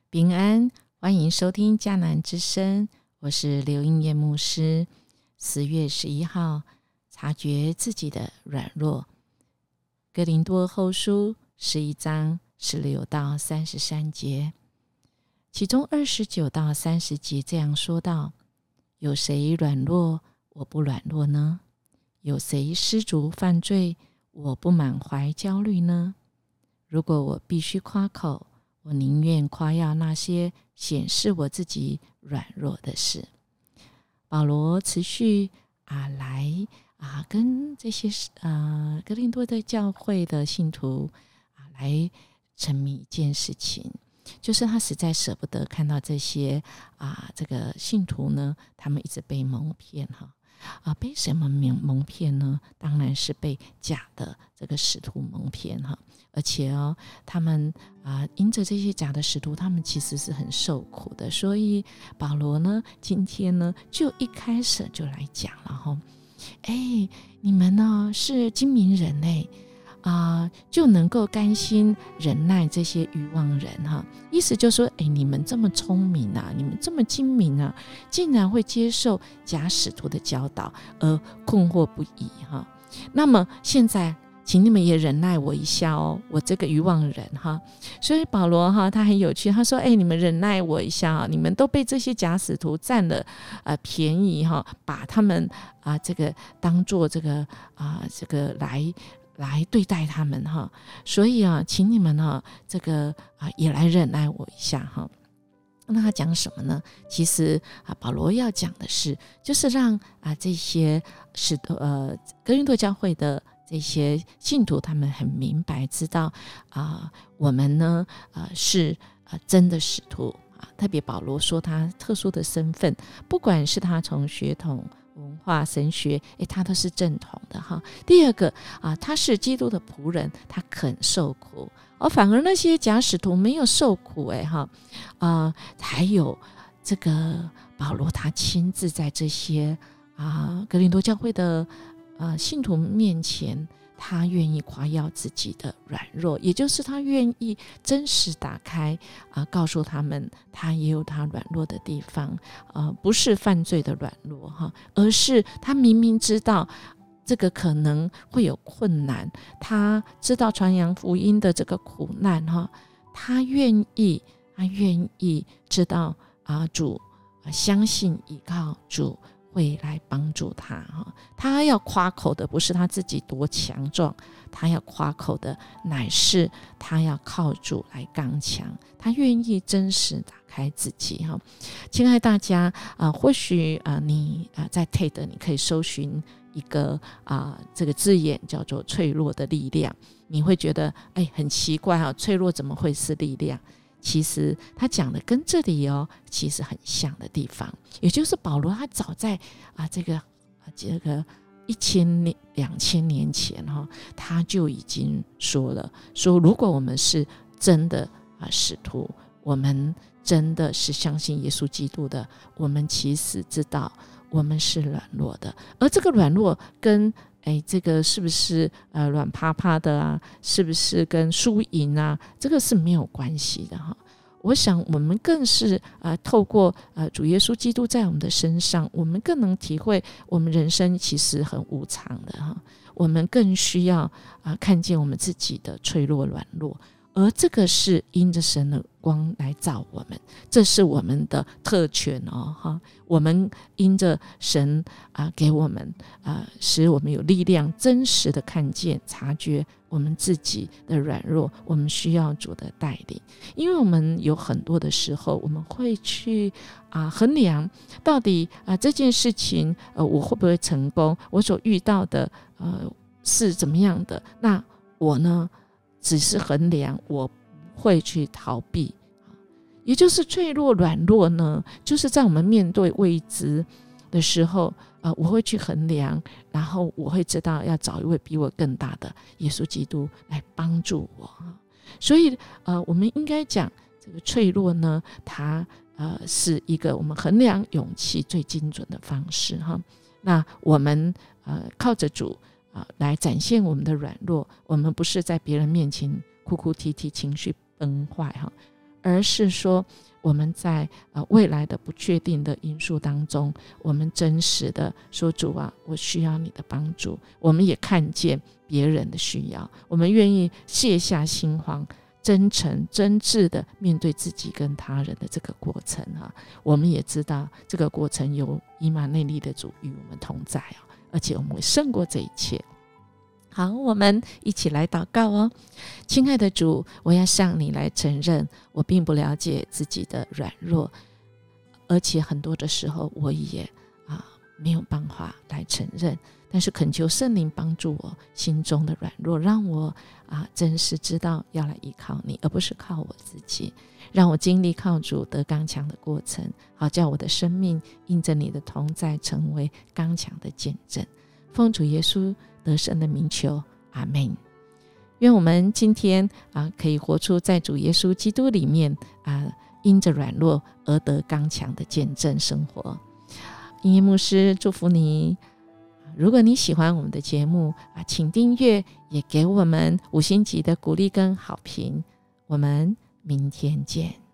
平安，欢迎收听迦南之声，我是刘英燕牧师。4月11号，察觉自己的软弱。哥林多后书11章16到33节，其中29到30节这样说道：有谁软弱，我不软弱呢？有谁失足犯罪，我不满怀焦虑呢？如果我必须夸口，我宁愿夸耀那些显示我自己软弱的事。保罗持续来跟这些哥林多的教会的信徒来沉迷一件事情，就是他实在舍不得看到这些这个信徒呢，他们一直被蒙骗被什么蒙骗呢？当然是被假的这个使徒蒙骗而且他们因着这些假的使徒，他们其实是很受苦的。所以保罗呢，今天呢，就一开始就来讲了你们呢是精明人就能够甘心忍耐这些愚妄人意思就是说你们这么聪明你们这么精明竟然会接受假使徒的教导而困惑不已那么现在请你们也忍耐我一下我这个愚妄人所以保罗他很有趣，他说你们忍耐我一下你们都被这些假使徒占了便宜把他们这个当作这个来对待他们所以请你们这个也来忍耐我一下那他讲什么呢？其实保罗要讲的是，就是让这些哥林多教会的这些信徒他们很明白知道我们呢是真的使徒特别保罗说他特殊的身份，不管是他从血统文化神学他都是正统的第二个他是基督的仆人，他肯受苦反而那些假使徒没有受苦还有这个保罗他亲自在这些哥林多教会的信徒面前，他愿意夸耀自己的软弱，也就是他愿意真实打开告诉他们他也有他软弱的地方不是犯罪的软弱而是他明明知道这个可能会有困难，他知道传扬福音的这个苦难他愿意知道主相信依靠主会来帮助他他要夸口的不是他自己多强壮，他要夸口的乃是他要靠主来刚强，他愿意真实打开自己亲爱大家或许你在 TED 你可以搜寻一个这个字眼叫做脆弱的力量，你会觉得很奇怪脆弱怎么会是力量？其实他讲的跟这里其实很像的地方，也就是保罗他早在这个1000年2000年前他就已经说了，说如果我们是真的使徒，我们真的是相信耶稣基督的，我们其实知道我们是软弱的，而这个软弱跟这个是不是软趴趴的是不是跟输赢这个是没有关系的我想我们更是透过主耶稣基督在我们的身上，我们更能体会我们人生其实很无常的我们更需要看见我们自己的脆弱软弱，而这个是因着神的光来造我们，这是我们的特权我们因着神给我们使我们有力量真实的看见察觉我们自己的软弱，我们需要主的带领。因为我们有很多的时候我们会去衡量到底这件事情我会不会成功，我所遇到的是怎么样的，那我呢只是衡量，我不会去逃避。也就是脆弱软弱呢，就是在我们面对未知的时候我会去衡量，然后我会知道要找一位比我更大的耶稣基督来帮助我所以我们应该讲这个脆弱呢，它是一个我们衡量勇气最精准的方式那我们靠着主来展现我们的软弱，我们不是在别人面前哭哭啼啼情绪崩坏而是说我们在未来的不确定的因素当中，我们真实的说，主啊，我需要你的帮助。我们也看见别人的需要，我们愿意卸下心防，真诚真挚的面对自己跟他人的这个过程我们也知道这个过程有以马内利的主与我们同在而且我们会胜过这一切。好，我们一起来祷告哦。亲爱的主，我要向你来承认，我并不了解自己的软弱，而且很多的时候我也没有办法来承认，但是恳求圣灵帮助我心中的软弱，让我真实知道要来依靠你，而不是靠我自己，让我经历靠主得刚强的过程，好叫我的生命因着你的同在成为刚强的见证。奉主耶稣得胜的名求，阿们。愿我们今天可以活出在主耶稣基督里面因着软弱而得刚强的见证生活。音乐牧师祝福你。如果你喜欢我们的节目请订阅，也给我们5星级的鼓励跟好评。我们明天见。